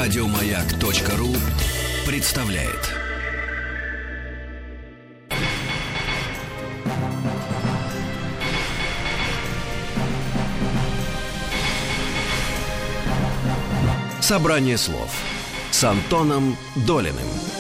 Радиомаяк.ру представляет. Собрание слов с Антоном Долиным.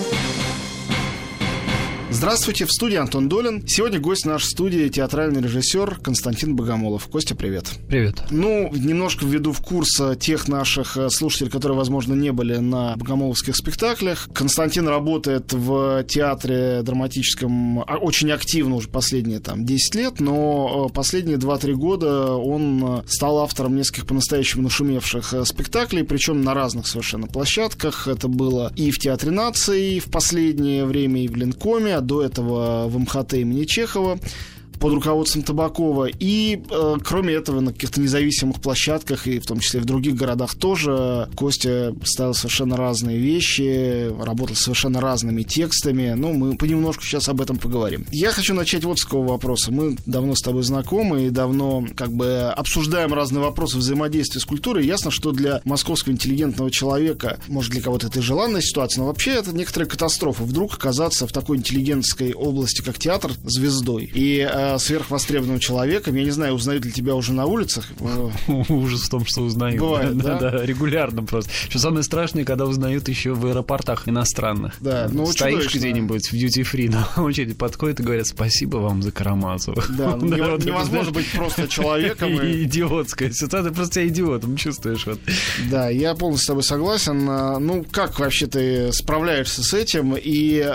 Здравствуйте, в студии Антон Долин. Сегодня гость нашей студии театральный режиссер Константин Богомолов. Костя, привет. Привет. Немножко введу в курс тех наших слушателей, которые, возможно, не были на богомоловских спектаклях. Константин работает в театре драматическом очень активно уже последние 10 лет, но последние 2-3 года он стал автором нескольких по-настоящему нашумевших спектаклей, причем на разных совершенно площадках. Это было и в Театре наций в последнее время, и в Ленкоме, до этого в МХТ имени Чехова под руководством Табакова. И, кроме этого, на каких-то независимых площадках, и в том числе в других городах тоже, Костя ставил совершенно разные вещи, работал с совершенно разными текстами. Мы понемножку сейчас об этом поговорим. Я хочу начать вот с какого вопроса. Мы давно с тобой знакомы и давно обсуждаем разные вопросы взаимодействия с культурой. Ясно, что для московского интеллигентного человека, может, для кого-то это и желанная ситуация, но вообще это некоторая катастрофа. Вдруг оказаться в такой интеллигентской области, как театр, звездой. И сверхвостребованного человека. Я не знаю, узнают ли тебя уже на улицах. Ужас в том, что узнают. Бывает, да? Да, регулярно просто. Что самое страшное, когда узнают еще в аэропортах иностранных. Да, стоишь где-нибудь в duty-free на очереди, подходят и говорят: спасибо вам за Карамазову. Да, невозможно быть просто человеком. Идиотская ситуация, ты просто себя идиотом чувствуешь. Да, я полностью с тобой согласен. Как вообще ты справляешься с этим и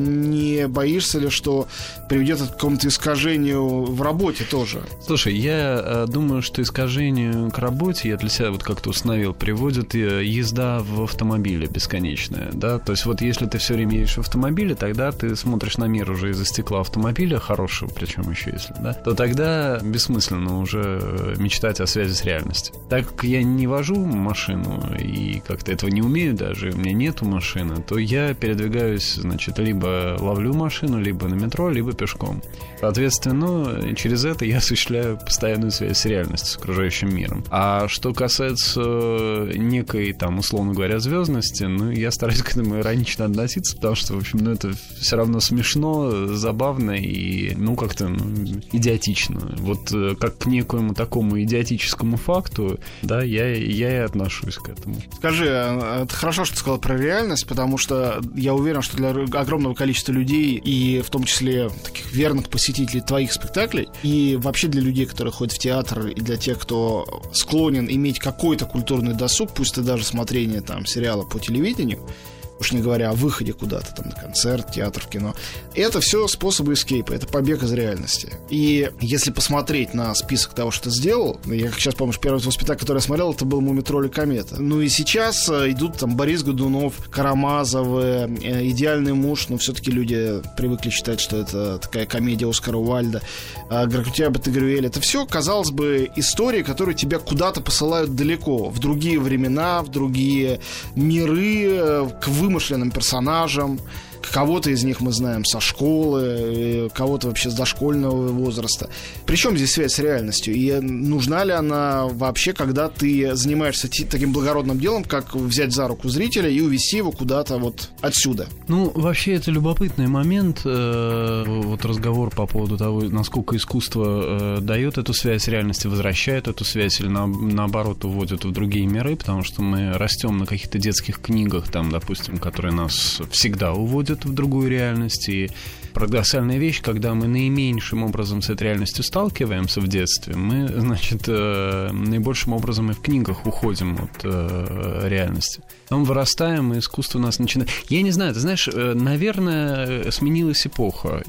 не боишься ли, что приведет это к какому-то искажению в работе тоже? Слушай, я думаю, что искажению к работе, я для себя как-то установил, приводит езда в автомобиле бесконечная, да, то есть если ты все время едешь в автомобиле, тогда ты смотришь на мир уже из-за стекла автомобиля, хорошего причем еще если, да, то тогда бессмысленно уже мечтать о связи с реальностью. Так как я не вожу машину и как-то этого не умею даже, у меня нету машины, то я передвигаюсь, либо ловлю машину, либо на метро, либо пешком. Соответственно, через это я осуществляю постоянную связь с реальностью, с окружающим миром. А что касается некой, условно говоря, звездности, я стараюсь к этому иронично относиться, потому что, в общем, это все равно смешно, забавно и, как-то идиотично. Как к некоему такому идиотическому факту, да, я и отношусь к этому. Скажи, это хорошо, что ты сказал про реальность, потому что я уверен, что для огромного количества людей, и в том числе таких верных посетителей твоих спектаклей, и вообще для людей, которые ходят в театр, и для тех, кто склонен иметь какой-то культурный досуг, пусть и даже смотрение сериала по телевидению, уж не говоря о выходе куда-то на концерт, театр, кино. Это все способы эскейпа, это побег из реальности. И если посмотреть на список того, что ты сделал, я сейчас помню, первый твой спектакль, который я смотрел, это был «Мумий-тролль и комета». И сейчас идут Борис Годунов, Карамазовы, «Идеальный муж», но все-таки люди привыкли считать, что это такая комедия Оскара Уайльда, «Гракутя Батыгрюэль». Это все, казалось бы, истории, которые тебя куда-то посылают далеко, в другие времена, в другие миры, к вымышленным персонажам. Кого-то из них мы знаем со школы, кого-то вообще с дошкольного возраста. Причем здесь связь с реальностью? И нужна ли она вообще, когда ты занимаешься таким благородным делом, как взять за руку зрителя и увести его куда-то отсюда? Вообще это любопытный момент. Разговор по поводу того, насколько искусство дает эту связь с реальностью, возвращает эту связь или наоборот уводит в другие миры, потому что мы растем на каких-то детских книгах, допустим, которые нас всегда уводят в другую реальность. И парадоксальная вещь, когда мы наименьшим образом с этой реальностью сталкиваемся в детстве, мы, наибольшим образом и в книгах уходим от реальности. Потом вырастаем, и искусство у нас начинает... Я не знаю, ты знаешь, наверное, сменилась эпоха.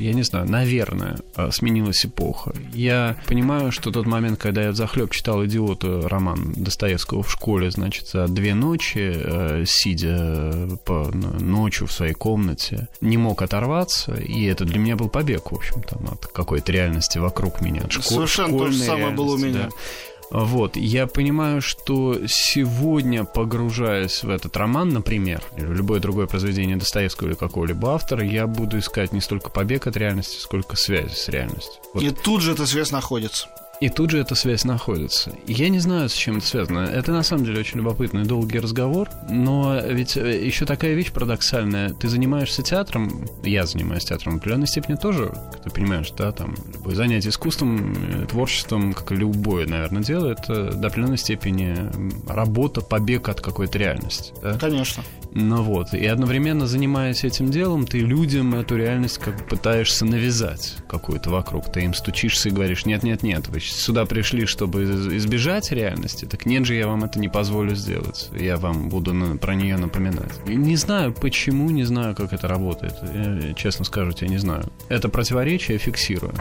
Сменилась эпоха. Я понимаю, что тот момент, когда я взахлеб читал «Идиота», роман Достоевского в школе, за 2 ночи, сидя ночью в своей комнате, не мог оторваться, и это для меня был побег, в общем-то, от какой-то реальности вокруг меня. Совершенно то же самое было у меня. Да. Я понимаю, что сегодня, погружаясь в этот роман, например, или в любое другое произведение Достоевского или какого-либо автора, я буду искать не столько побег от реальности, сколько связи с реальностью. И тут же эта связь находится. И тут же эта связь находится. Я не знаю, с чем это связано. Это на самом деле очень любопытный, долгий разговор. Но ведь еще такая вещь парадоксальная. Ты занимаешься театром, я занимаюсь театром в определенной степени тоже, как ты понимаешь, да, там, любое занятие искусством, творчеством, как и любое, наверное, дело, это до определенной степени работа, побег от какой-то реальности. Да? Конечно. Ну вот, и одновременно занимаясь этим делом, ты людям эту реальность как бы пытаешься навязать какую-то вокруг. Ты им стучишься и говоришь: нет-нет-нет, вы сюда пришли, чтобы избежать реальности, так нет же, я вам это не позволю сделать. Я вам буду про нее напоминать. Не знаю почему, не знаю, как это работает. Я, честно скажу тебе, не знаю. Это противоречие фиксирую.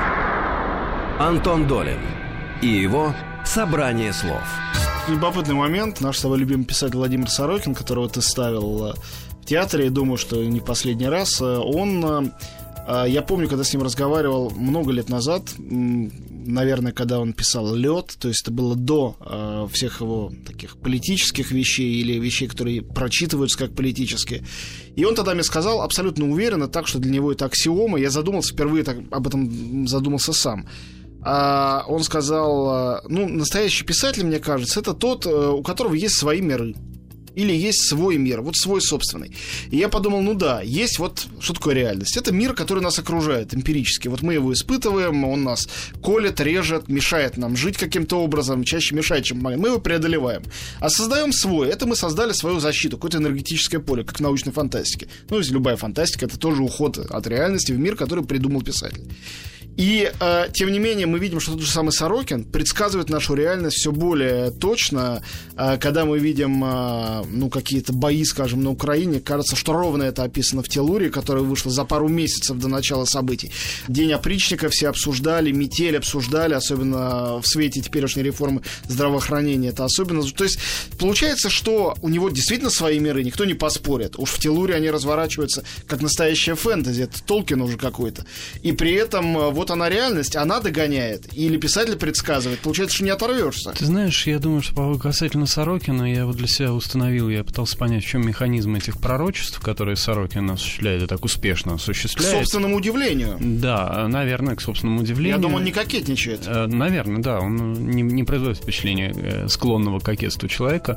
Антон Долин и его «Собрание слов». Любопытный момент. Наш с тобой любимый писатель Владимир Сорокин, которого ты ставил в театре, и думаю, что не последний раз, он... Я помню, когда с ним разговаривал много лет назад, наверное, когда он писал «Лед», то есть это было до всех его таких политических вещей или вещей, которые прочитываются как политические. И он тогда мне сказал абсолютно уверенно, так, что для него это аксиома. Я задумался, впервые так, об этом задумался сам. Он сказал: настоящий писатель, мне кажется, это тот, у которого есть свои миры. Или есть свой мир, вот свой собственный. И я подумал, есть вот, что такое реальность? Это мир, который нас окружает эмпирически. Вот мы его испытываем, он нас колет, режет, мешает нам жить каким-то образом, чаще мешает, чем помогает. Мы его преодолеваем. А создаем свой. Это мы создали свою защиту, какое-то энергетическое поле, как в научной фантастике. Любая фантастика — это тоже уход от реальности в мир, который придумал писатель. И, тем не менее, мы видим, что тот же самый Сорокин предсказывает нашу реальность все более точно. Когда мы видим, какие-то бои, скажем, на Украине, кажется, что ровно это описано в «Теллурии», которая вышла за пару месяцев до начала событий. День опричника все обсуждали, метель обсуждали, особенно в свете теперешней реформы здравоохранения. Это особенно... То есть, получается, что у него действительно свои миры, никто не поспорит. Уж в «Теллурии» они разворачиваются как настоящая фэнтези, это Толкин уже какой-то. И при этом... Вот она реальность, она догоняет. Или писатель предсказывает. Получается, что не оторвешься. Ты знаешь, я думаю, что касательно Сорокина, я вот для себя установил, я пытался понять, в чем механизм этих пророчеств, которые Сорокин осуществляет и так успешно осуществляет. К собственному удивлению. Да, наверное, к собственному удивлению. Я думаю, он не кокетничает. Наверное, да. Он не производит впечатление склонного к кокетству человека.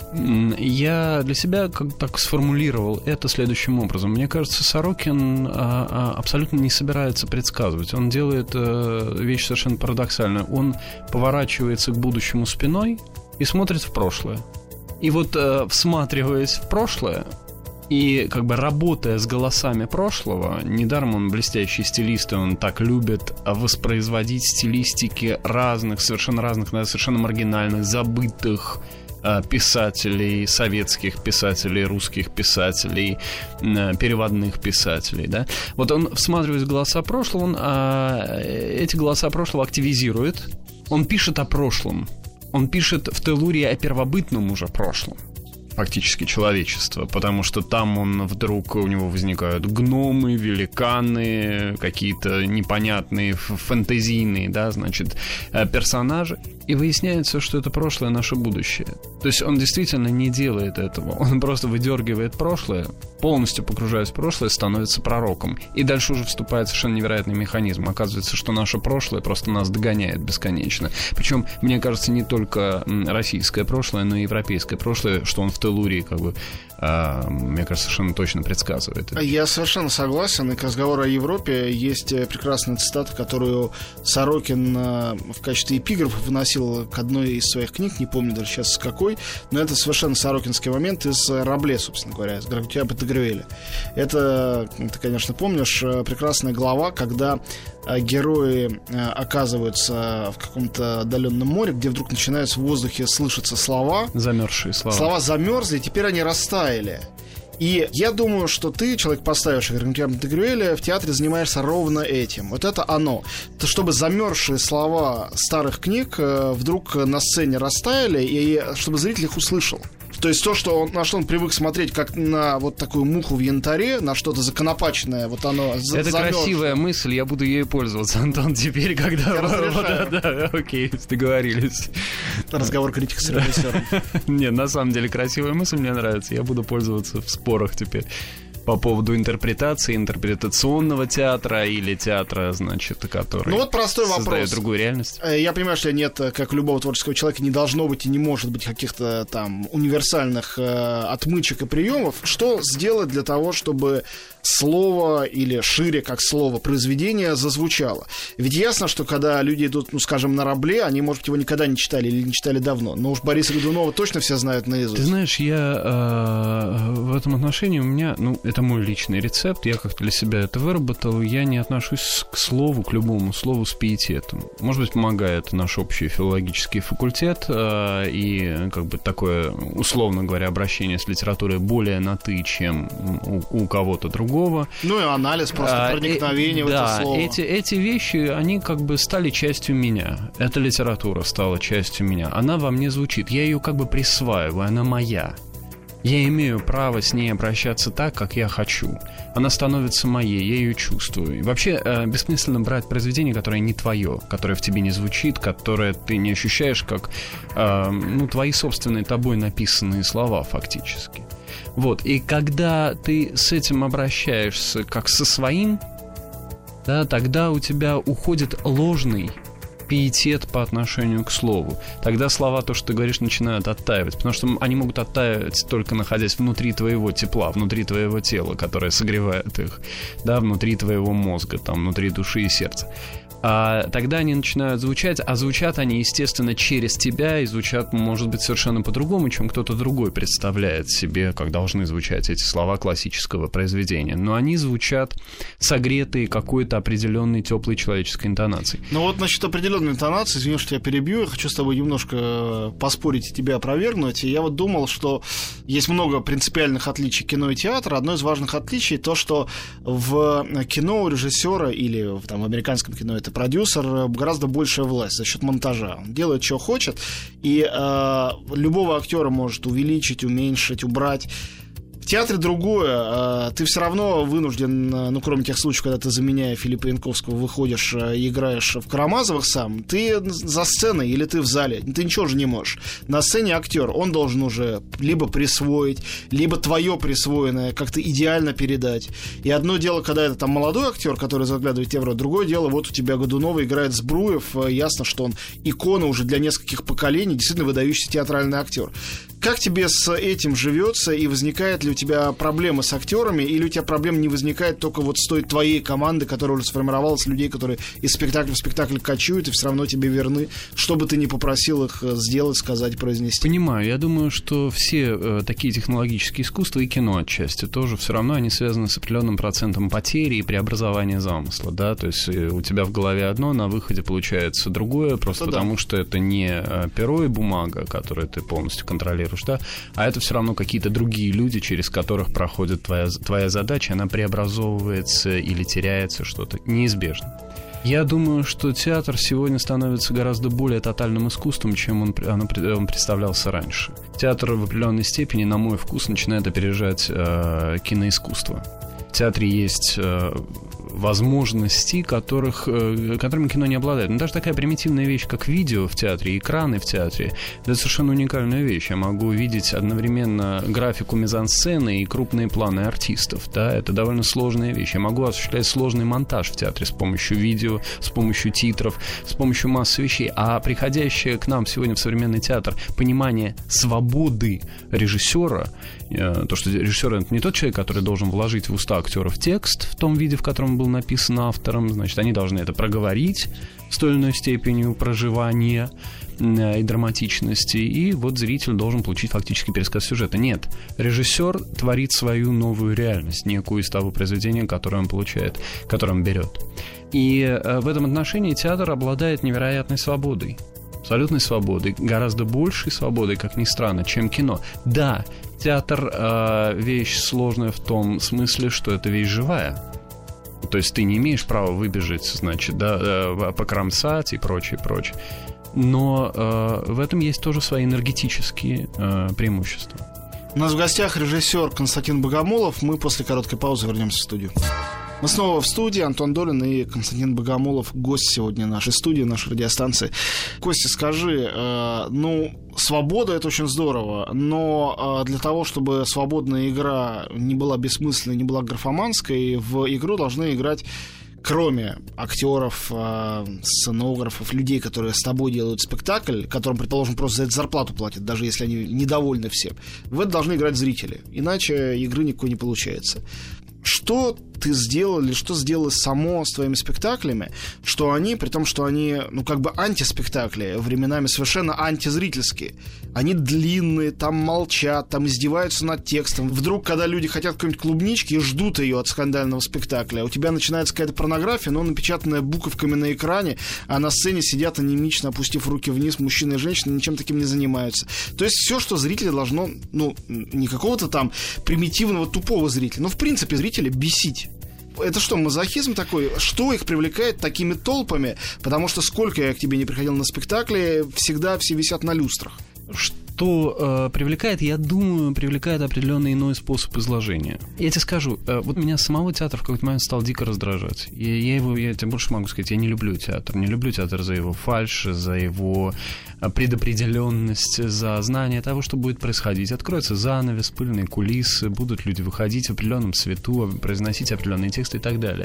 Я для себя как так сформулировал это следующим образом. Мне кажется, Сорокин абсолютно не собирается предсказывать. Он делает вещь совершенно парадоксальную. Он поворачивается к будущему спиной и смотрит в прошлое. И вот, всматриваясь в прошлое и как бы работая с голосами прошлого, недаром он блестящий стилист, и он так любит воспроизводить стилистики разных, совершенно маргинальных, забытых писателей, советских писателей, русских писателей, переводных писателей, да. Вот он, всматриваясь в голоса прошлого, он эти голоса прошлого активизирует. Он пишет о прошлом. Он пишет в «Теллурии» о первобытном уже прошлом, фактически человечества, потому что там у него возникают гномы, великаны, какие-то непонятные фэнтезийные, персонажи. И выясняется, что это прошлое наше будущее. То есть он действительно не делает этого. Он просто выдергивает прошлое, полностью погружаясь в прошлое, становится пророком. И дальше уже вступает совершенно невероятный механизм. Оказывается, что наше прошлое просто нас догоняет бесконечно. Причем, мне кажется, не только российское прошлое, но и европейское прошлое, что он в «Теллурии» мне кажется, совершенно точно предсказывает. Я совершенно согласен. И к разговору о Европе есть прекрасная цитата, которую Сорокин в качестве эпиграфа выносил к одной из своих книг, не помню даже сейчас с какой, но это совершенно сорокинский момент из «Рабле», собственно говоря, из «Грагутя Пантагрюэля». Это, ты, конечно, помнишь, прекрасная глава, когда герои оказываются в каком-то отдаленном море, где вдруг начинают в воздухе слышаться слова. Замерзшие слова. Слова замерзли, и теперь они растаяли. И я думаю, что ты, человек, поставивший Грагутя Пантагрюэля, в театре занимаешься ровно этим. Вот это оно. То, чтобы замерзшие слова старых книг вдруг на сцене растаяли, и чтобы зритель их услышал. То есть то, на что он привык смотреть, как на вот такую муху в янтаре, на что-то законопаченное, вот оно это замерзшее. Красивая мысль, я буду ею пользоваться, Антон, теперь, когда... Я разрешаю. Да, окей, договорились. Разговор критика с режиссером. Нет, на самом деле красивая мысль мне нравится, я буду пользоваться в спорах теперь. по поводу интерпретации, интерпретационного театра или театра, значит, который ну вот простой создает вопрос. Другую реальность. Я понимаю, что нет, как у любого творческого человека, не должно быть и не может быть каких-то там универсальных отмычек и приемов. Что сделать для того, чтобы слово или шире как слово произведение зазвучало? Ведь ясно, что когда люди идут, ну скажем, на Рабле, они, может быть, его никогда не читали или не читали давно. Но уж Бориса Годунова точно все знают наизусть. Ты знаешь, я в этом отношении у меня, ну, это мой личный рецепт, я как-то для себя это выработал, я не отношусь к слову, к любому слову с пиететом. Может быть, помогает наш общий филологический факультет и как бы такое, условно говоря, обращение с литературой более на «ты», чем у кого-то другого. Ну и анализ, просто проникновение в это слово. Эти вещи, они как бы стали частью меня. Эта литература стала частью меня. Она во мне звучит. Я ее как бы присваиваю, она моя. Я имею право с ней обращаться так, как я хочу. Она становится моей, я ее чувствую. И вообще, бессмысленно брать произведение, которое не твое, которое в тебе не звучит, которое ты не ощущаешь как твои собственные тобой написанные слова фактически. Вот, и когда ты с этим обращаешься как со своим, да, тогда у тебя уходит ложный пиетет по отношению к слову. Тогда слова, то, что ты говоришь, начинают оттаивать. Потому что они могут оттаивать только находясь внутри твоего тепла, внутри твоего тела, которое согревает их, да, внутри твоего мозга, там, внутри души и сердца. А тогда они начинают звучать, а звучат они, естественно, через тебя, и звучат, может быть, совершенно по-другому, чем кто-то другой представляет себе, как должны звучать эти слова классического произведения. Но они звучат согретые какой-то определенной теплой человеческой интонацией. Ну вот, насчет определенной интонации, извини, что я перебью, я хочу с тобой немножко поспорить и тебя опровергнуть. И я вот думал, что есть много принципиальных отличий кино и театра. Одно из важных отличий то, что в кино у режиссера или в американском кино это продюсер, гораздо большая власть за счет монтажа. Он делает, что хочет, и любого актера может увеличить, уменьшить, убрать. В театре другое. Ты все равно вынужден, ну, кроме тех случаев, когда ты, заменяя Филиппа Янковского, выходишь и играешь в Карамазовых сам, ты за сценой или ты в зале, ты ничего же не можешь. На сцене актер, он должен уже либо присвоить, либо твое присвоенное как-то идеально передать. И одно дело, когда это там молодой актер, который заглядывает в тебя, другое дело, вот у тебя Годунова играет Збруев, ясно, что он икона уже для нескольких поколений, действительно выдающийся театральный актер. Как тебе с этим живется, и возникает ли у тебя проблемы с актерами, или у тебя проблем не возникает только вот с той твоей команды, которая уже сформировалась, людей, которые из спектакля в спектакль кочуют и все равно тебе верны, что бы ты ни попросил их сделать, сказать, произнести? Понимаю, я думаю, что все такие технологические искусства и кино отчасти тоже все равно они связаны с определенным процентом потери и преобразования замысла, да, то есть у тебя в голове одно, на выходе получается другое, просто потому что это не перо и бумага, которые ты полностью контролируешь, да, а это все равно какие-то другие люди, через которых проходит твоя задача, она преобразовывается или теряется что-то, неизбежно. Я думаю, что театр сегодня становится гораздо более тотальным искусством, чем он представлялся раньше. Театр в определенной степени, на мой вкус, начинает опережать киноискусство. В театре есть возможности, которыми кино не обладает. Но даже такая примитивная вещь, как видео в театре, экраны в театре, это совершенно уникальная вещь. Я могу видеть одновременно графику мизансцены и крупные планы артистов. Да? Это довольно сложная вещь. Я могу осуществлять сложный монтаж в театре с помощью видео, с помощью титров, с помощью массы вещей. А приходящее к нам сегодня в современный театр понимание свободы режиссера, то, что режиссер — это не тот человек, который должен вложить в уста актеров текст в том виде, в котором был написан автором, значит, они должны это проговорить с той или иной степенью проживания и драматичности, и вот зритель должен получить фактически пересказ сюжета. Нет, режиссер творит свою новую реальность, некую из того произведения, которое он получает, которое он берет. И в этом отношении театр обладает невероятной свободой. Абсолютной свободой, гораздо большей свободой, как ни странно, чем кино. Да, театр вещь сложная в том смысле, что это вещь живая. То есть ты не имеешь права выбежать, значит, да, покромсать и прочее. Но в этом есть тоже свои энергетические преимущества. У нас в гостях режиссер Константин Богомолов. Мы после короткой паузы вернемся в студию. Мы снова в студии. Антон Долин и Константин Богомолов, гость сегодня нашей студии, нашей радиостанции. Костя, скажи, свобода — это очень здорово, но для того, чтобы свободная игра не была бессмысленной, не была графоманской, в игру должны играть, кроме актеров, сценографов, людей, которые с тобой делают спектакль, которым, предположим, просто за это зарплату платят, даже если они недовольны всем, в это должны играть зрители. Иначе игры никакой не получается. Что ты сделал или что сделалось само с твоими спектаклями, что они, при том, что они, антиспектакли, временами совершенно антизрительские, они длинные, там молчат, там издеваются над текстом. Вдруг, когда люди хотят какой-нибудь клубнички и ждут ее от скандального спектакля, у тебя начинается какая-то порнография, но напечатанная буковками на экране, а на сцене сидят анимично, опустив руки вниз, мужчины и женщины, ничем таким не занимаются. То есть все, что зрители должно, не какого-то там примитивного, тупого зрителя, но в принципе зрителя бесить. Это что, мазохизм такой? Что их привлекает такими толпами? Потому что сколько я к тебе не приходил на спектакли, всегда все висят на люстрах. Что привлекает, я думаю, привлекает определенный иной способ изложения. Я тебе скажу, вот меня самого театр в какой-то момент стал дико раздражать. Я тебе больше могу сказать, я не люблю театр. Не люблю театр за его фальшь, за его предопределенность, за знание того, что будет происходить. Откроется занавес, пыльные кулисы, будут люди выходить в определенном свету, произносить определенные тексты и так далее.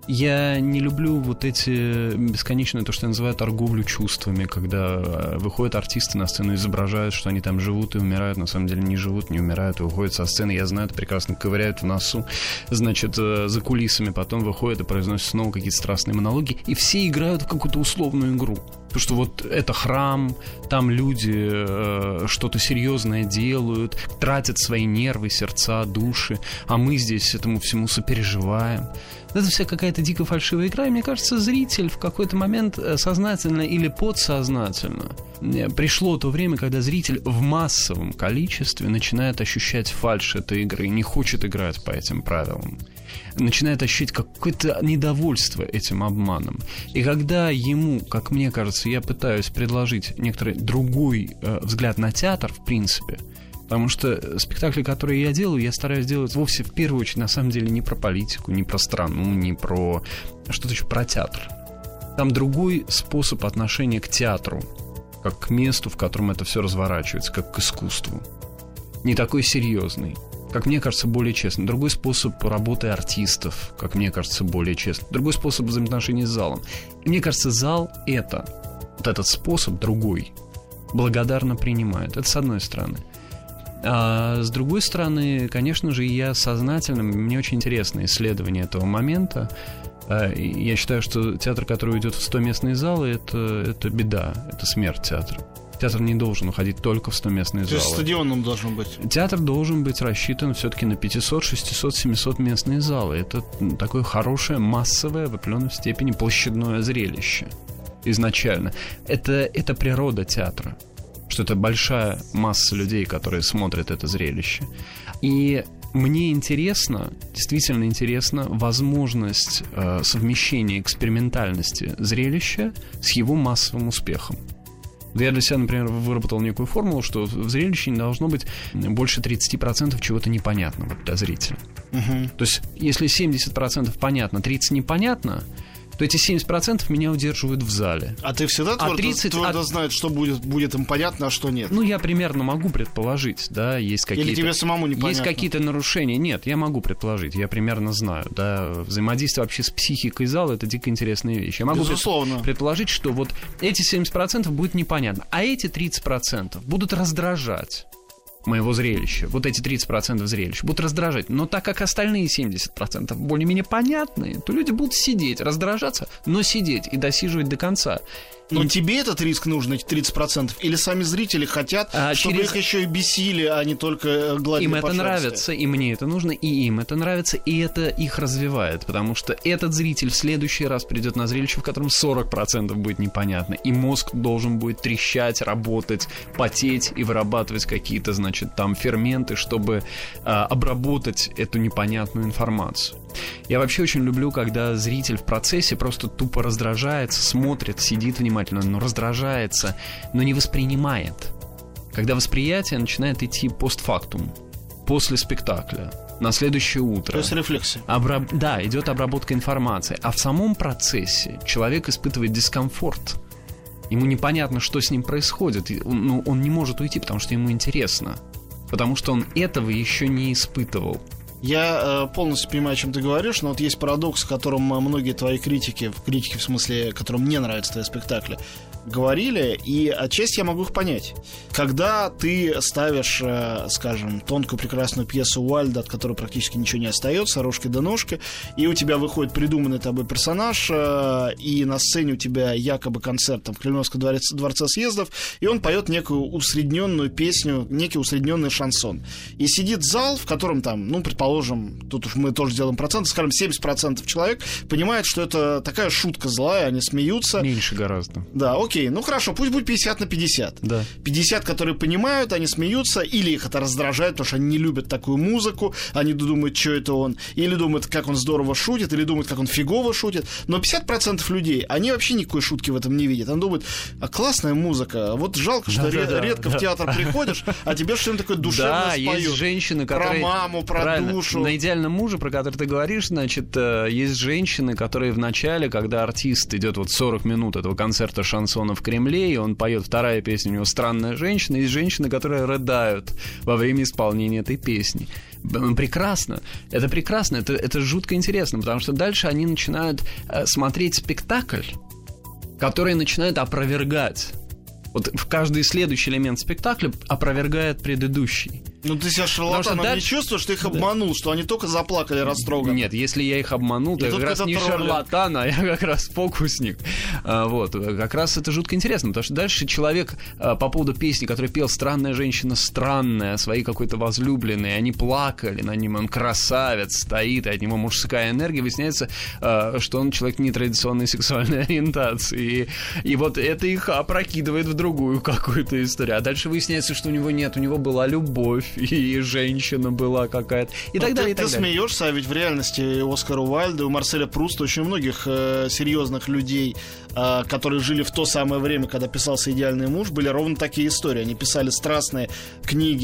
Я не люблю вот эти бесконечные, то, что я называю торговлю чувствами, когда выходят артисты на сцену, изображают, что они там живут и умирают, на самом деле не живут, не умирают, и выходят со сцены, я знаю это прекрасно, ковыряют в носу, значит, за кулисами, потом выходят и произносят снова какие-то страстные монологи, и все играют в какую-то условную игру. Потому что вот это храм, там люди что-то серьезное делают, тратят свои нервы, сердца, души, а мы здесь этому всему сопереживаем. Это вся какая-то дико фальшивая игра, и мне кажется, зритель в какой-то момент сознательно или подсознательно пришло то время, когда зритель в массовом количестве начинает ощущать фальшь этой игры, не хочет играть по этим правилам, начинает ощущать какое-то недовольство этим обманом. И когда ему, как мне кажется, я пытаюсь предложить некоторый другой взгляд на театр, в принципе, потому что спектакли, которые я делаю, я стараюсь делать вовсе в первую очередь, на самом деле, не про политику, не про страну, не про что-то еще, про театр. Там другой способ отношения к театру, как к месту, в котором это все разворачивается, как к искусству. Не такой серьезный, как мне кажется, более честный. Другой способ работы артистов, как мне кажется, более честный. Другой способ взаимоотношений с залом. И мне кажется, зал вот этот способ другой, благодарно принимает. Это с одной стороны. А с другой стороны, конечно же, я сознательно, мне очень интересно исследование этого момента. Я считаю, что театр, который уйдет в 100-местные залы, это беда, это смерть театра. Театр не должен уходить только в 100-местные залы. То есть стадионом должен быть? Театр должен быть рассчитан все-таки на 500, 600, 700 местные залы. Это такое хорошее, массовое, в определенной степени площадное зрелище изначально. Это природа театра, что это большая масса людей, которые смотрят это зрелище. И мне интересно, действительно интересна возможность совмещения экспериментальности зрелища с его массовым успехом. Я для себя, например, выработал некую формулу, что в зрелище не должно быть больше 30% чего-то непонятного для зрителя. То есть, если 70% понятно, 30% непонятно, то эти 70% меня удерживают в зале. А ты всегда твердо знаешь, что будет им понятно, а что нет? Я примерно могу предположить, да, есть какие-то... Или тебе самому непонятно? Есть какие-то нарушения. Нет, я могу предположить, я примерно знаю, да. Взаимодействие вообще с психикой зала — это дико интересная вещь. Я могу предположить, что вот эти 70% будет непонятно, а эти 30% будут раздражать моего зрелища. Вот эти 30% зрелища будут раздражать. Но так как остальные 70% более-менее понятные, то люди будут сидеть, раздражаться, но сидеть и досиживать до конца. Но тебе этот риск нужен, эти 30%? Или сами зрители хотят, чтобы их еще и бесили, а не только гладили по шерсти? Им это нравится, и мне это нужно, и им это нравится, и это их развивает, потому что этот зритель в следующий раз придет на зрелище, в котором 40% будет непонятно, и мозг должен будет трещать, работать, потеть и вырабатывать какие-то, значит, там ферменты, чтобы обработать эту непонятную информацию. Я вообще очень люблю, когда зритель в процессе просто тупо раздражается, смотрит, сидит внимательно, но раздражается, но не воспринимает. Когда восприятие начинает идти постфактум, после спектакля. на следующее утро. То есть рефлексия. Да, идет обработка информации. А в самом процессе человек испытывает дискомфорт. Ему непонятно, что с ним происходит. Но он не может уйти, потому что ему интересно. Потому что он этого еще не испытывал. Я полностью понимаю, о чем ты говоришь, но вот есть парадокс, о котором многие твои критики в смысле, которым не нравятся твои спектакли, говорили, и отчасти я могу их понять. Когда ты ставишь, скажем, тонкую прекрасную пьесу Уайльда, от которой практически ничего не остается, рожки до ножки, и у тебя выходит придуманный тобой персонаж, и на сцене у тебя якобы концерт там, в Кремлевском дворце съездов, и он поет некую усредненную песню, некий усредненный шансон. И сидит зал, в котором там, ну, предположим, тут уж мы тоже делаем проценты, скажем, 70% человек понимает, что это такая шутка злая, они смеются. Меньше гораздо. Да, окей, ну хорошо, пусть будет 50 на 50. Да. 50, которые понимают, они смеются, или их это раздражает, потому что они не любят такую музыку, они думают, что это он, или думают, как он здорово шутит, или думают, как он фигово шутит. Но 50% людей, они вообще никакой шутки в этом не видят. Они думают, классная музыка, вот жалко, что редко в театр приходишь, а тебе что-нибудь такое душевное споют. Да, есть женщины, которые... Про маму, про душу. На «Идеальном муже», про который ты говоришь, значит, есть женщины, которые в начале, когда артист идет вот 40 минут этого концерта шансона в Кремле, и он поет, вторая песня у него «Странная женщина», есть женщины, которые рыдают во время исполнения этой песни. Прекрасно, это жутко интересно, потому что дальше они начинают смотреть спектакль, который начинает опровергать. Вот в каждый следующий элемент спектакля опровергает предыдущий. Ну ты себя шарлатаном не чувствуешь, что их обманул, что они только заплакали растроганы? Нет, если я их обманул, то я как раз не шарлатан, а я как раз фокусник. Вот, как раз это жутко интересно, потому что дальше человек по поводу песни, которую пел «Странная женщина странная», своей какой-то возлюбленной, они плакали над ним, он красавец, стоит, и от него мужская энергия, выясняется, что он человек нетрадиционной сексуальной ориентации. И вот это их опрокидывает в другую какую-то историю. А дальше выясняется, что у него нет, у него была любовь, и женщина была какая-то, и так далее, и так далее. Ты смеешься, а ведь в реальности Оскара Уайльда, у Марселя Пруста, очень многих серьезных людей, которые жили в то самое время, когда писался «Идеальный муж», были ровно такие истории. Они писали страстные книги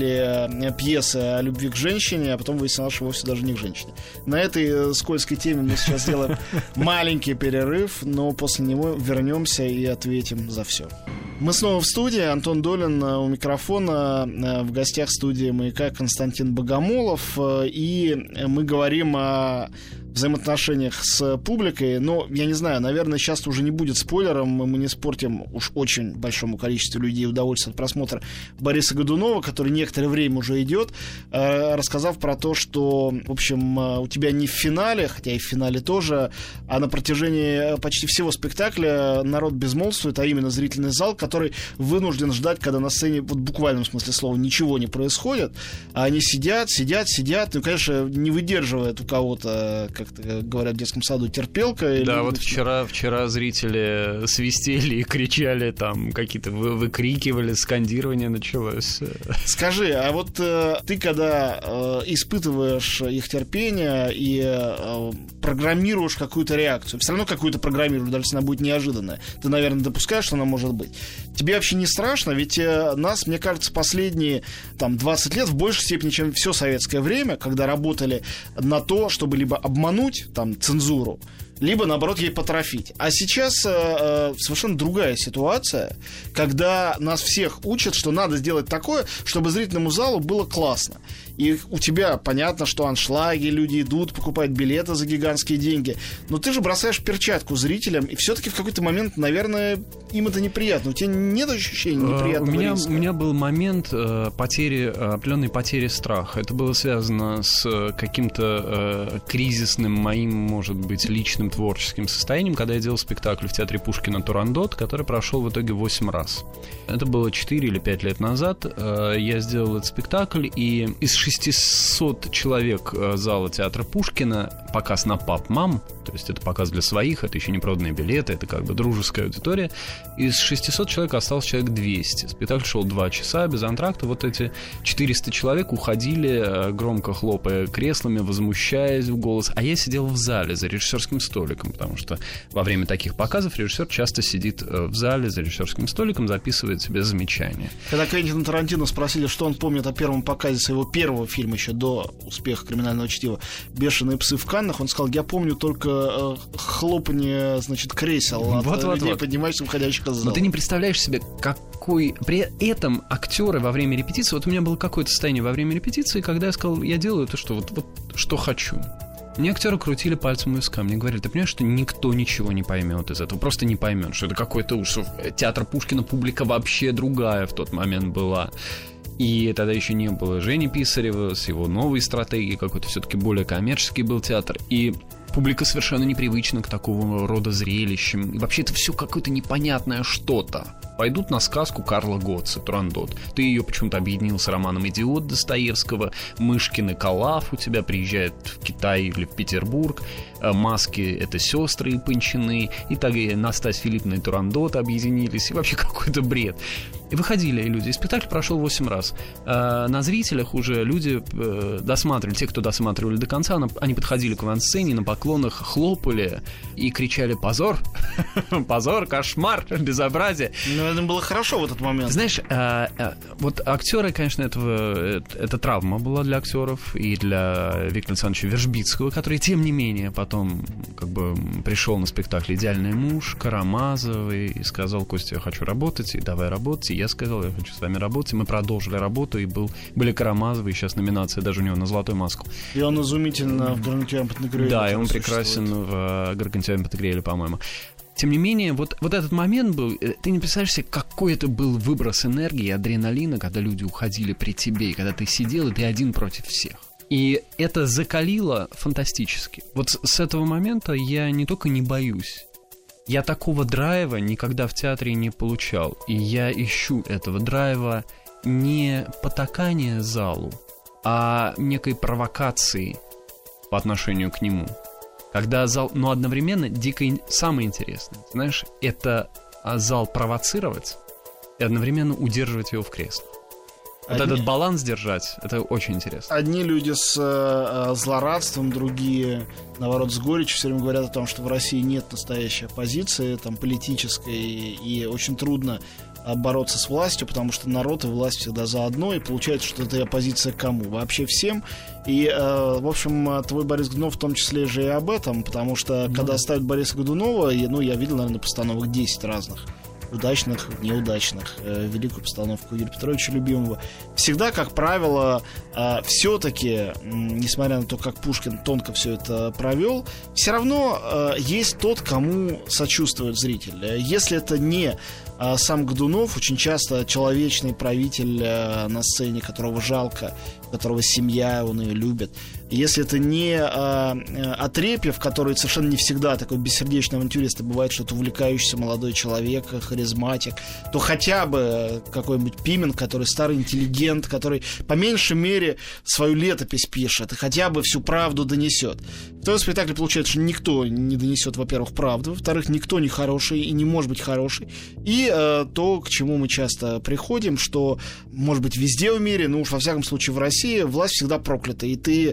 или пьесы о любви к женщине, а потом выяснилось, что вовсе даже не к женщине. На этой скользкой теме мы сейчас сделаем маленький перерыв, но после него вернемся и ответим за все. Мы снова в студии. Антон Долин у микрофона. В гостях студии «Маяка» Константин Богомолов. И мы говорим о взаимоотношениях с публикой. Но, я не знаю, наверное, сейчас уже не будет спойлером. Мы не испортим уж очень большому количеству людей удовольствие от просмотра Бориса Годунова, который некоторое время уже идет, рассказав про то, что, в общем, у тебя не в финале, хотя и в финале тоже, а на протяжении почти всего спектакля народ безмолвствует, а именно зрительный зал, который вынужден ждать, когда на сцене, вот в буквальном смысле слова, ничего не происходит, а они сидят, ну, конечно, не выдерживает у кого-то, как говорят в детском саду, терпелка. Да, вот вчера зрители свистели и кричали, там какие-то выкрикивали, скандирование началось. Скажи, а вот ты когда испытываешь их терпение и программируешь какую-то реакцию, все равно какую-то программируешь, даже если она будет неожиданная, ты, наверное, допускаешь, что она может быть. Тебе вообще не страшно? Ведь нас, мне кажется, последние там 20 лет в большей степени, чем все советское время, когда работали на то, чтобы либо обмануть там цензуру, либо, наоборот, ей потрофить. А сейчас совершенно другая ситуация, когда нас всех учат, что надо сделать такое, чтобы зрительному залу было классно. И у тебя понятно, что аншлаги, люди идут, покупают билеты за гигантские деньги. Но ты же бросаешь перчатку зрителям, и все-таки в какой-то момент, наверное, им это неприятно. У тебя нет ощущения неприятного риска? У меня был момент определенной потери страха. Это было связано с каким-то кризисным моим, может быть, личным творческим состоянием, когда я делал спектакль в театре Пушкина «Турандот», который прошел в итоге 8 раз. Это было 4 или 5 лет назад. Я сделал этот спектакль, и из 600 человек зала театра Пушкина показ на пап-мам, то есть это показ для своих, это еще не проданные билеты, это как бы дружеская аудитория. Из 600 человек осталось человек 200. Спектакль шел 2 часа без антракта. Вот эти 400 человек уходили, громко хлопая креслами, возмущаясь в голос. А я сидел в зале за режиссерским столиком, потому что во время таких показов режиссер часто сидит в зале за режиссерским столиком, записывает себе замечания. Когда Квентина Тарантино спросили, что он помнит о первом показе своего первого фильма еще до успеха «Криминального чтива» «Бешеные псы в Каннах», он сказал: я помню только хлопанье, значит, кресел от людей, поднимающихся, выходящих из зала. Но ты не представляешь себе, какой... При этом актеры во время репетиции... Вот у меня было какое-то состояние во время репетиции, когда я сказал, я делаю это, что вот что хочу. Мне актеры крутили пальцем у виска. Мне говорили: ты понимаешь, что никто ничего не поймет из этого, просто не поймет, что это какой-то уж театр Пушкина, публика вообще другая в тот момент была. И тогда еще не было Жени Писарева с его новой стратегией, какой-то все-таки более коммерческий был театр. И публика совершенно непривычна к такого рода зрелищам. И вообще это все какое-то непонятное что-то. Пойдут на сказку Карла Готца «Турандот». Ты ее почему-то объединил с романом «Идиот» Достоевского. Мышкин и Калаф у тебя приезжают в Китай или в Петербург. Маски — это сестры и Панчины. И так и Настасья Филипповна и Турандот объединились. И вообще какой-то бред. И выходили люди. И спектакль прошел 8 раз. На зрителях уже люди досматривали. Те, кто досматривали до конца, они подходили к авансцене, на поклонах хлопали и кричали: позор, позор, кошмар, безобразие. Но это было хорошо в этот момент. Знаешь, вот актеры, конечно, это травма была для актеров и для Виктора Александровича Вержбицкого, который, тем не менее, потом как бы пришел на спектакль «Идеальный муж», Карамазовый, и сказал: Костя, я хочу работать, и давай работать. И я сказал: я хочу с вами работать. И мы продолжили работу, и были Карамазовы, и сейчас номинация даже у него на «Золотую маску». И он изумительно в «Гаргантюа Пантагрюэле». Да, и он прекрасен в «Гаргантюа Пантагрюэле», по-моему. Тем не менее, вот этот момент был... Ты не представляешь себе, какой это был выброс энергии, адреналина, когда люди уходили при тебе, и когда ты сидел, и ты один против всех. И это закалило фантастически. Вот с этого момента я не только не боюсь, я такого драйва никогда в театре не получал. И я ищу этого драйва не потакания залу, а некой провокации по отношению к нему. Когда зал, но одновременно дико самое интересное, знаешь, это зал провоцировать и одновременно удерживать его в кресле. Вот этот баланс держать, это очень интересно. Одни люди с злорадством, другие, наоборот, с горечью все время говорят о том, что в России нет настоящей оппозиции, там, политической, и очень трудно бороться с властью, потому что народ и власть всегда заодно, и получается, что это оппозиция кому? Вообще всем. И, в общем, твой Борис Годунов в том числе же и об этом, потому что, когда ставят Бориса Годунова, я видел, наверное, постановок 10 разных. Удачных, неудачных, великую постановку Юрия Петровича Любимого. Всегда, как правило, все-таки, несмотря на то, как Пушкин тонко все это провел, все равно есть тот, кому сочувствует зритель. Если это не сам Годунов, очень часто человечный правитель на сцене, которого жалко, которого семья, он ее любит. Если это не Отрепьев, который совершенно не всегда такой бессердечный авантюрист, а бывает, что это увлекающийся молодой человек, харизматик, то хотя бы какой-нибудь Пимен, который старый интеллигент, который по меньшей мере свою летопись пишет и хотя бы всю правду донесет. В том спектакле получается, что никто не донесет, во-первых, правду, во-вторых, никто не хороший и не может быть хороший. И то, к чему мы часто приходим, что, может быть, везде в мире, но уж во всяком случае в России, власть всегда проклята. И ты,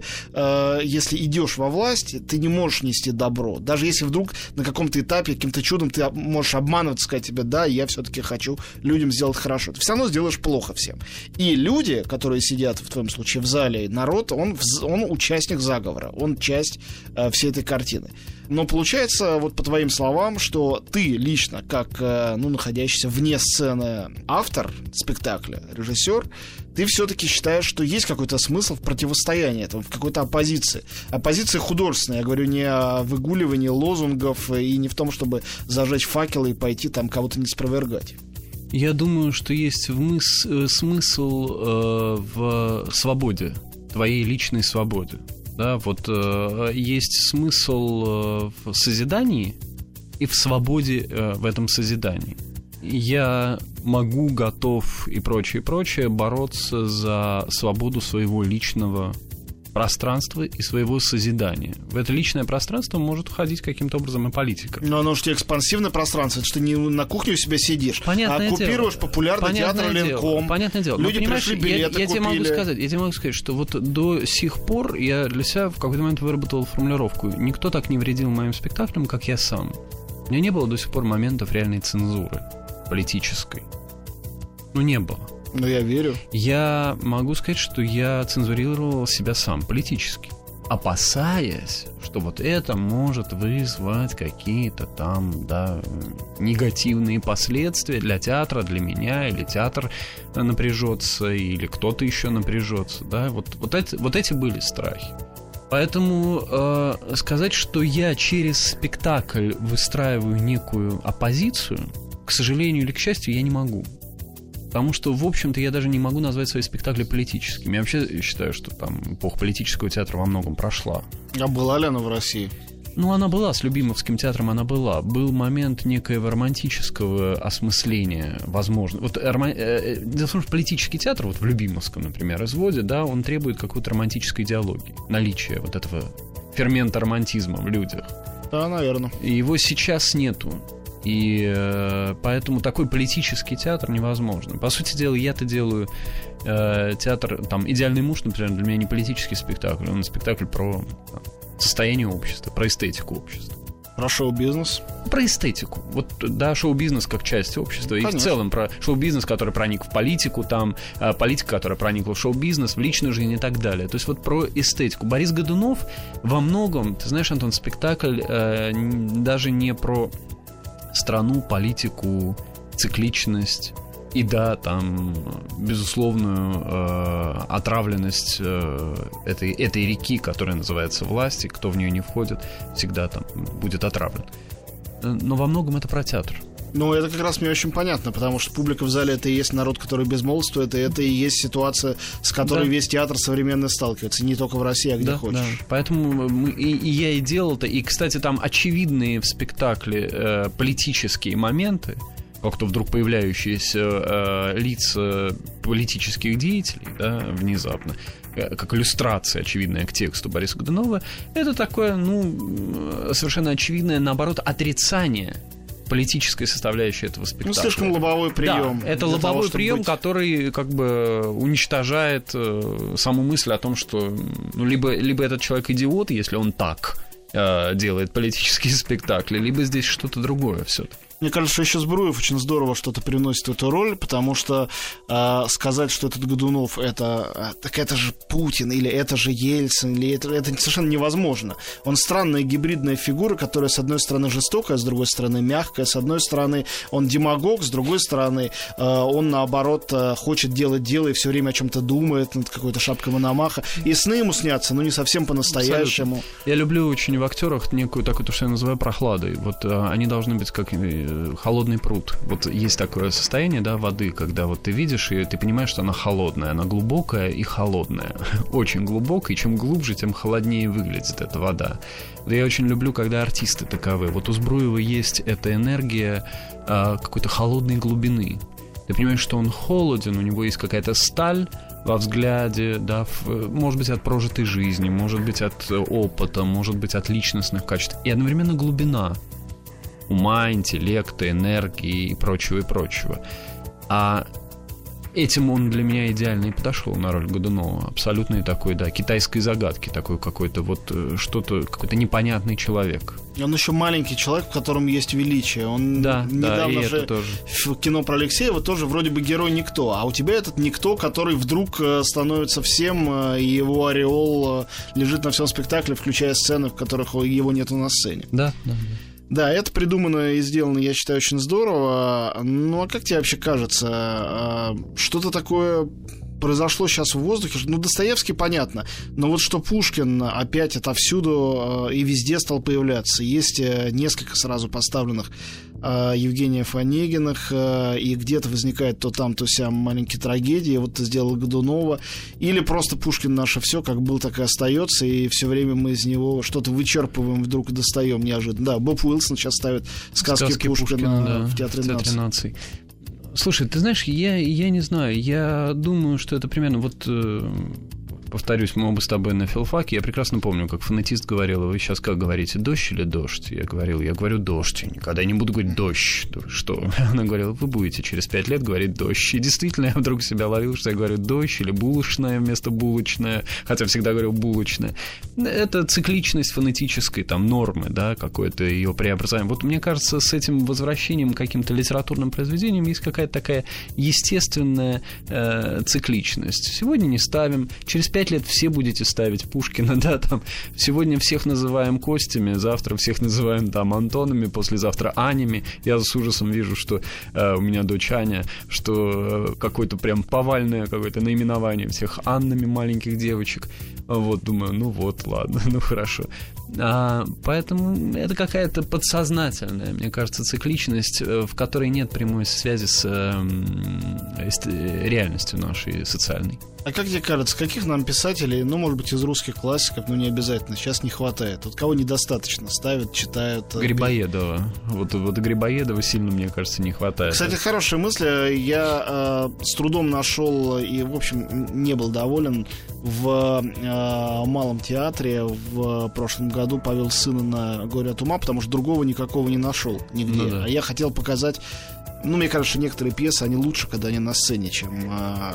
если идешь во власть, ты не можешь нести добро. Даже если вдруг на каком-то этапе, каким-то чудом ты можешь обманывать, сказать тебе: да, я все-таки хочу людям сделать хорошо. Ты все равно сделаешь плохо всем. И люди, которые сидят, в твоем случае, в зале, народ, он участник заговора, он часть всей этой картины. Но получается, вот по твоим словам, что ты лично, как находящийся вне сцены автор спектакля, режиссер, ты все-таки считаешь, что есть какой-то смысл в противостоянии этому, в какой-то оппозиции. Оппозиции художественной. Я говорю не о выгуливании лозунгов и не в том, чтобы зажечь факелы и пойти там кого-то не спровергать. Я думаю, что есть смысл в свободе, твоей личной свободе. Да, вот есть смысл в созидании и в свободе в этом созидании. Я могу, готов и прочее бороться за свободу своего личного пространства и своего созидания. В это личное пространство может входить каким-то образом и политика. Но оно же тебе экспансивное пространство, это что ты не на кухне у себя сидишь, понятное а оккупируешь дело. популярный театр Ленком. Понятное дело. Люди пришли, билеты я тебе могу сказать, что вот до сих пор я для себя в какой-то момент выработал формулировку: никто так не вредил моим спектаклям, как я сам. У меня не было до сих пор моментов реальной цензуры политической. Не было. Но я верю. Я могу сказать, что я цензурировал себя сам политически, опасаясь, что вот это может вызвать какие-то там, негативные последствия для театра, для меня, или театр напряжется, или кто-то еще напряжется, вот эти были страхи. Поэтому сказать, что я через спектакль выстраиваю некую оппозицию, к сожалению или к счастью, я не могу. Потому что, в общем-то, я даже не могу назвать свои спектакли политическими. Я вообще считаю, что там эпоха политического театра во многом прошла. А была ли она в России? Она была, с Любимовским театром она была. Был момент некоего романтического осмысления, возможно. Дело в том, что политический театр, в Любимовском, например, изводе, он требует какой-то романтической идеологии, наличия вот этого фермента романтизма в людях. Да, наверное. И его сейчас нету. И поэтому такой политический театр невозможно. По сути дела, я-то делаю театр, «Идеальный муж», например, для меня не политический спектакль, он спектакль про состояние общества, про эстетику общества. Про шоу-бизнес? Про эстетику. Шоу-бизнес как часть общества. И в целом про шоу-бизнес, который проник в политику, политика, которая проникла в шоу-бизнес, в личную жизнь и так далее. То есть про эстетику. Борис Годунов во многом, ты знаешь, Антон, спектакль даже не про страну, политику, цикличность и, безусловную отравленность этой реки, которая называется власть, и кто в нее не входит, всегда будет отравлен. Но во многом это про театр. Это как раз мне очень понятно, потому что публика в зале — это и есть народ, который безмолвствует, и это и есть ситуация, с которой весь театр современный сталкивается, не только в России, а где хочешь. Да. Поэтому я и делал это, и, кстати, там очевидные в спектакле политические моменты, как-то вдруг появляющиеся лица политических деятелей, внезапно, как иллюстрация очевидная к тексту Бориса Годунова, это такое, совершенно очевидное, наоборот, отрицание политической составляющей этого спектакля. Слишком лобовой прием. Да, это лобовой прием, который уничтожает саму мысль о том, что либо этот человек идиот, если он так делает политические спектакли, либо здесь что-то другое все-таки. Мне кажется, что еще Збруев очень здорово что-то приносит в эту роль, потому что сказать, что этот Годунов так это же Путин, или это же Ельцин, или это совершенно невозможно. Он странная гибридная фигура, которая с одной стороны жестокая, с другой стороны мягкая, с одной стороны он демагог, с другой стороны он наоборот хочет делать дело и все время о чем-то думает, над какой-то шапкой Мономаха, и сны ему снятся, но не совсем по-настоящему. Абсолютно. Я люблю очень в актерах некую такую, то, что я называю прохладой. Они должны быть как холодный пруд. Есть такое состояние, воды, когда ты видишь ее, ты понимаешь, что она холодная, она глубокая и холодная. Очень глубокая, и чем глубже, тем холоднее выглядит эта вода. Я очень люблю, когда артисты таковы. У Збруева есть эта энергия какой-то холодной глубины. Ты понимаешь, что он холоден, у него есть какая-то сталь во взгляде, может быть, от прожитой жизни, может быть, от опыта, может быть, от личностных качеств. И одновременно глубина ума, интеллекта, энергии и прочего. А этим он для меня идеально и подошел на роль Годунова. Абсолютной такой, китайской загадки, такой какой-то какой-то непонятный человек. Он еще маленький человек, в котором есть величие. Он недавно же в кино про Алексеева тоже вроде бы герой никто. А у тебя этот никто, который вдруг становится всем, и его ореол лежит на всем спектакле, включая сцены, в которых его нету на сцене. Да. Да, это придумано и сделано, я считаю, очень здорово. А как тебе вообще кажется, что-то такое произошло сейчас в воздухе? Достоевский, понятно, но что Пушкин опять отовсюду и везде стал появляться. Есть несколько сразу поставленных Евгениев Онегиных, и где-то возникает то там, то сям маленькие трагедии. Ты сделал Годунова. Или просто Пушкин наше все, как был, так и остается, и все время мы из него что-то вычерпываем, вдруг достаем неожиданно. Да, Боб Уилсон сейчас ставит сказки Пушкина в Театре наций. Слушай, ты знаешь, я не знаю, я думаю, что это примерно повторюсь, мы оба с тобой на филфаке. Я прекрасно помню, как фонетист говорил: вы сейчас как говорите, дождь или дождь? Я говорю дождь. Я никогда не буду говорить дождь. Что? Она говорила: вы будете через 5 лет говорить дождь. И действительно, я вдруг себя ловил, что я говорю дождь или булочная вместо булочная, хотя всегда говорил булочная. Это цикличность фонетической там нормы, да, какое-то ее преобразование. Вот мне кажется, с этим возвращением к каким-то литературным произведениям есть какая-то такая естественная цикличность. Сегодня не ставим, через 5 лет все будете ставить Пушкина, да, там, сегодня всех называем Костями, завтра всех называем там Антонами, послезавтра Анями. Я с ужасом вижу, что у меня дочь Аня, что какое-то прям повальное какое-то наименование всех Аннами маленьких девочек. Вот, думаю, ну вот, ладно, ну хорошо. Поэтому это какая-то подсознательная, мне кажется, цикличность, в которой нет прямой связи с реальностью нашей социальной. А как тебе кажется, каких нам писателей, ну, может быть, из русских классиков, ну, не обязательно, сейчас не хватает? Вот кого недостаточно ставят, читают? Грибоедова. Вот Грибоедова сильно, мне кажется, не хватает. Кстати, хорошая мысль. Я с трудом нашел и, в общем, не был доволен. В Малом театре в прошлом году повел сына на «Горе от ума», потому что другого никакого не нашел нигде. Ну, да. А я хотел показать... Ну, мне кажется, некоторые пьесы, они лучше, когда они на сцене, чем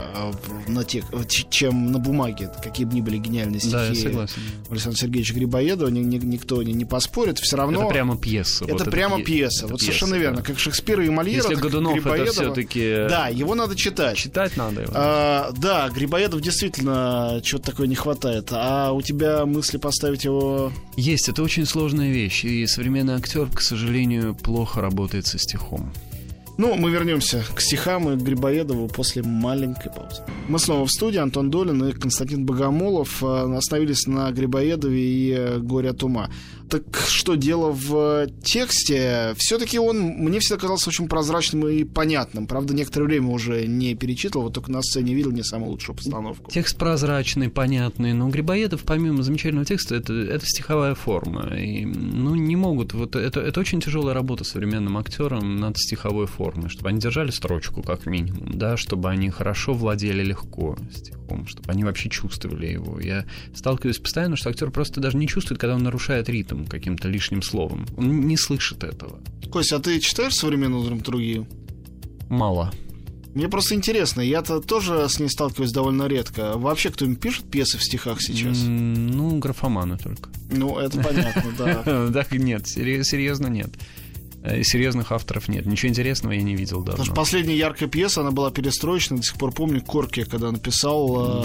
на бумаге, какие бы ни были гениальные стихи. Да, я согласен. Александра Сергеевича Грибоедова, никто не поспорит. Все равно... Это прямо пьеса. Это вот прямо пьеса. Вот пьеса, совершенно верно. Как Шекспира и Мольера, если так Годунов Грибоедова... это все-таки... Да, его надо читать. Читать надо его. Да, Грибоедов действительно чего-то такое не хватает. А у тебя мысли поставить его... Есть, это очень сложная вещь. И современный актер, к сожалению, плохо работает со стихом. Ну, мы вернемся к стихам и к Грибоедову после маленькой паузы. Мы снова в студии. Антон Долин и Константин Богомолов остановились на Грибоедове и «Горе от ума». Так что дело в тексте? Все-таки он мне всегда казался очень прозрачным и понятным. Правда, некоторое время уже не перечитывал, вот только на сцене видел не самую лучшую постановку. Текст прозрачный, понятный, но Грибоедов, помимо замечательного текста, это стиховая форма. И, ну, не могут. Вот это очень тяжелая работа современным актерам над стиховой формой, чтобы они держали строчку, как минимум, да, чтобы они хорошо владели легко стихом, чтобы они вообще чувствовали его. Я сталкиваюсь постоянно, что актер просто даже не чувствует, когда он нарушает ритм каким-то лишним словом. Он не слышит этого. Кость, а ты читаешь современную драматургию? Мало. Мне просто интересно, я-то тоже с ней сталкиваюсь довольно редко. Вообще кто-нибудь пишет пьесы в стихах сейчас? Ну, графоманы только. Ну, это понятно, да. Так нет, серьезно нет. Серьезных авторов нет. Ничего интересного я не видел давно. Потому что последняя яркая пьеса, она была перестроечная, до сих пор помню, Корки, когда написал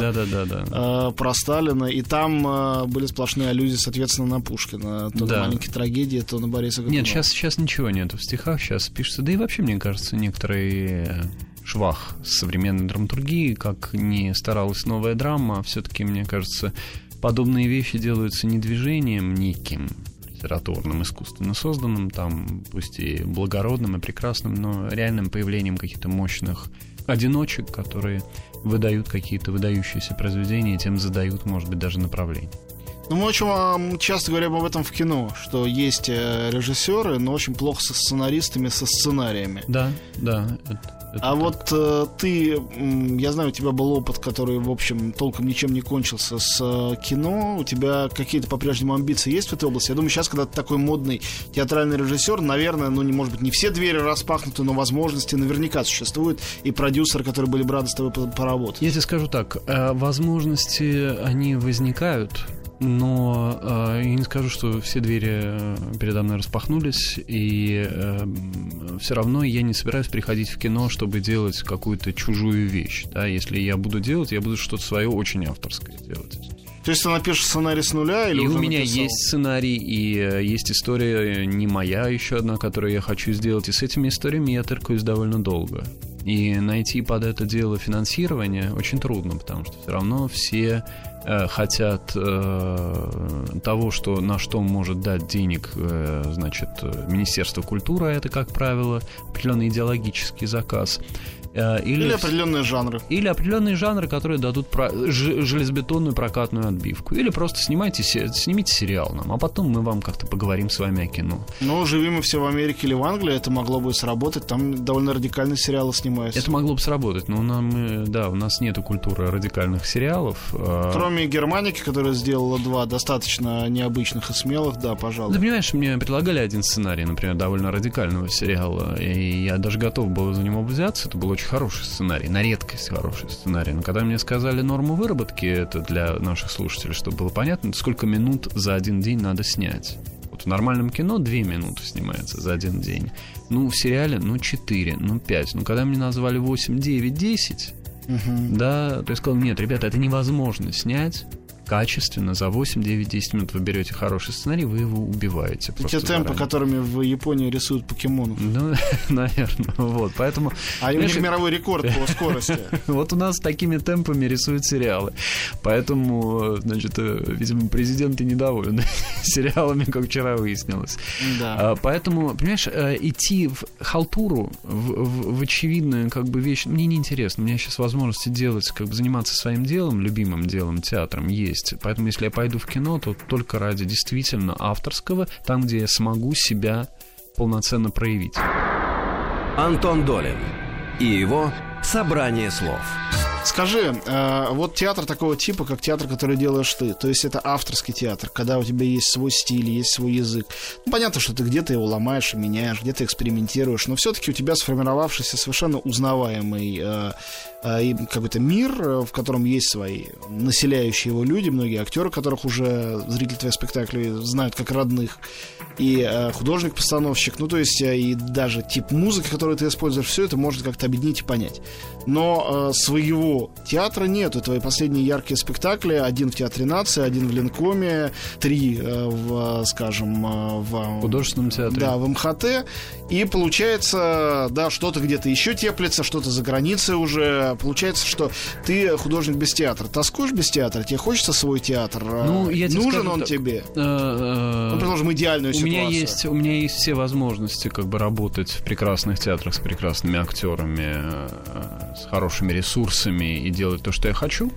про Сталина, и там были сплошные аллюзии, соответственно, на Пушкина. То на «Маленькие трагедии», то на Бориса Годунова. Нет, сейчас ничего нет в стихах, сейчас пишется. Да и вообще, мне кажется, некоторый швах современной драматургии, как ни старалась новая драма, все-таки, мне кажется, подобные вещи делаются не движением неким литературным, искусственно созданным, там, пусть и благородным, и прекрасным, но реальным появлением каких-то мощных одиночек, которые выдают какие-то выдающиеся произведения и тем задают, может быть, даже направление. Ну, мы очень часто говорим об этом в кино, что есть режиссеры, но очень плохо со сценаристами, со сценариями. Да. Вот ты, я знаю, у тебя был опыт, который, в общем, толком ничем не кончился с кино. У тебя какие-то по-прежнему амбиции есть в этой области? Я думаю, сейчас, когда ты такой модный театральный режиссер, наверное, ну, может быть, не все двери распахнуты, но возможности наверняка существуют, и продюсеры, которые были бы рады с тобой поработать. Я тебе скажу так, возможности, они возникают, но я не скажу, что все двери передо мной распахнулись, и все равно я не собираюсь приходить в кино, чтобы делать какую-то чужую вещь. Да? Если я буду делать, я буду что-то свое очень авторское делать. То есть ты напишешь сценарий с нуля? Или и уже у меня написал? есть сценарий, и есть история не моя, еще одна, которую я хочу сделать. И с этими историями я тыркаюсь довольно долго. И найти под это дело финансирование очень трудно, потому что все равно все хотят того, что, на что может дать денег, значит, Министерство культуры, это, как правило, определенный идеологический заказ. Или определенные жанры. Или определенные жанры, которые дадут железобетонную прокатную отбивку. Или просто снимите сериал нам, а потом мы вам как-то поговорим с вами о кино. Ну, живи мы все в Америке или в Англии, это могло бы сработать. Там довольно радикальные сериалы снимаются. Это могло бы сработать, но у нас нету культуры радикальных сериалов. Кроме Германики, которая сделала 2 достаточно необычных и смелых, да, пожалуйста. Ты понимаешь, мне предлагали один сценарий, например, довольно радикального сериала, и я даже готов был за него взяться. Это был очень хороший сценарий, на редкость хороший сценарий. Но когда мне сказали норму выработки, это для наших слушателей, чтобы было понятно, сколько минут за один день надо снять. Вот в нормальном кино 2 минуты снимается за один день. Ну, в сериале, 4, 5. Ну, когда мне назвали 8, 9, 10, да, то я сказал, нет, ребята, это невозможно снять качественно, за 8, 9, 10 минут вы берете хороший сценарий, вы его убиваете. Те темпы, которыми в Японии рисуют покемонов. Ну, наверное, вот, поэтому... А у них мировой рекорд по скорости. Вот у нас такими темпами рисуют сериалы. Поэтому, значит, видимо, президенты недовольны сериалами, как вчера выяснилось. Да. Поэтому, понимаешь, идти в халтуру, в очевидную как бы вещь, мне неинтересно. У меня сейчас возможности делать, как бы заниматься своим делом, любимым делом, театром, есть. Поэтому, если я пойду в кино, то только ради действительно авторского, там, где я смогу себя полноценно проявить. Антон Долин и его «Собрание слов». Скажи, вот театр такого типа, как театр, который делаешь ты, то есть это авторский театр, когда у тебя есть свой стиль, есть свой язык. Ну, понятно, что ты где-то его ломаешь и меняешь, где-то экспериментируешь, но все-таки у тебя сформировавшийся совершенно узнаваемый какой-то мир, в котором есть свои населяющие его люди, многие актеры, которых уже зрители твоих спектаклей знают как родных, и художник-постановщик, ну, то есть и даже тип музыки, которую ты используешь, все это можно как-то объединить и понять. Но своего театра нету. Твои последние яркие спектакли: 1 в Театре нации, 1 в Ленкоме, 3 в художественном театре. Да, в МХТ. И получается, да, что-то где-то еще теплится, что-то за границей уже. Получается, что ты художник без театра. Тоскуешь без театра? Тебе хочется свой театр? Ну, нужен он тебе? Ну, предложим идеальную ситуацию. У меня есть все возможности как бы работать в прекрасных театрах с прекрасными актерами, с хорошими ресурсами и делать то, что я хочу.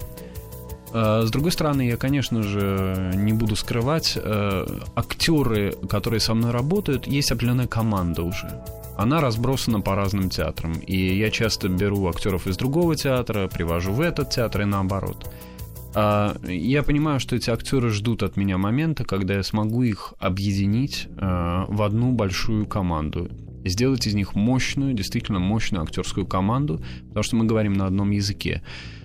С другой стороны, я, конечно же, не буду скрывать, актеры, которые со мной работают, есть определенная команда уже. Она разбросана по разным театрам. И я часто беру актеров из другого театра, привожу в этот театр и наоборот. Я понимаю, что эти актеры ждут от меня момента, когда я смогу их объединить в одну большую команду. Сделать из них мощную, действительно мощную актерскую команду, потому что мы говорим на одном языке.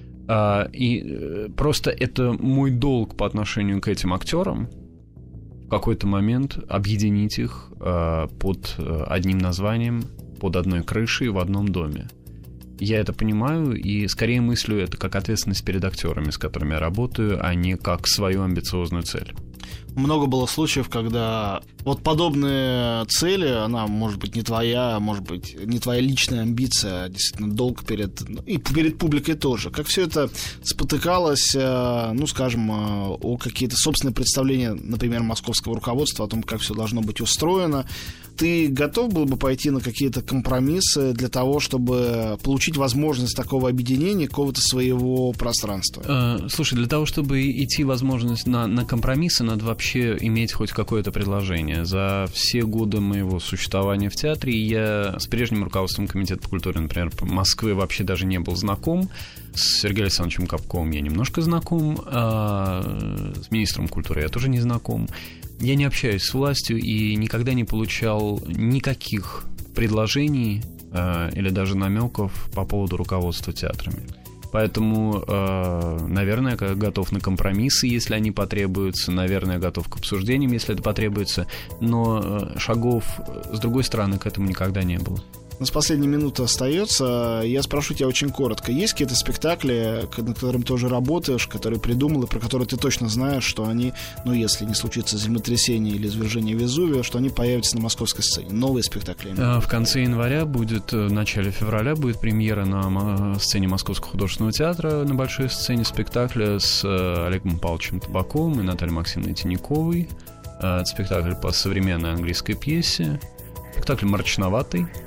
И просто это мой долг по отношению к этим актерам в какой-то момент объединить их под одним названием, под одной крышей в одном доме. Я это понимаю и скорее мыслю это как ответственность перед актерами, с которыми я работаю, а не как свою амбициозную цель. Много было случаев, когда вот подобные цели, она может быть не твоя, может быть не твоя личная амбиция, а действительно долг перед публикой тоже. Как все это спотыкалось, ну, скажем, о какие-то собственные представления, например, московского руководства о том, как все должно быть устроено. Ты готов был бы пойти на какие-то компромиссы для того, чтобы получить возможность такого объединения какого-то своего пространства? Слушай, для того, чтобы идти возможность на компромиссы, надо вообще иметь хоть какое-то предложение. За все годы моего существования в театре я с прежним руководством Комитета по культуре, например, Москвы вообще даже не был знаком. С Сергеем Александровичем Капковым я немножко знаком, с министром культуры я тоже не знаком. Я не общаюсь с властью и никогда не получал никаких предложений или даже намеков по поводу руководства театрами. Поэтому, наверное, я готов на компромиссы, если они потребуются. Наверное, я готов к обсуждениям, если это потребуется. Но шагов, с другой стороны, к этому никогда не было. У нас последняя минута остается. Я спрошу тебя очень коротко. Есть какие-то спектакли, над которыми ты уже работаешь, которые придумал, и про которые ты точно знаешь, что они, ну, если не случится землетрясение или извержение Везувия, что они появятся на московской сцене? Новые спектакли. В конце января в начале февраля будет премьера на сцене Московского художественного театра, на большой сцене спектакля с Олегом Павловичем Табаковым и Натальей Максимовной Тиньяковой. Это спектакль по современной английской пьесе. Спектакль мрачноватый.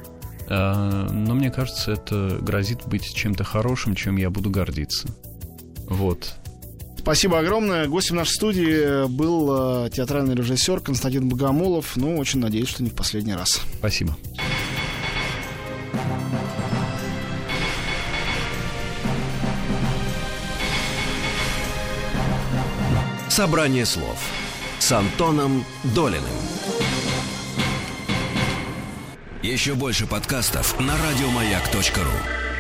Но мне кажется, это грозит быть чем-то хорошим, чем я буду гордиться. Вот. Спасибо огромное. Гостем нашей студии был театральный режиссер Константин Богомолов. Ну, очень надеюсь, что не в последний раз. Спасибо. Собрание слов с Антоном Долиным. Еще больше подкастов на радиомаяк.ру.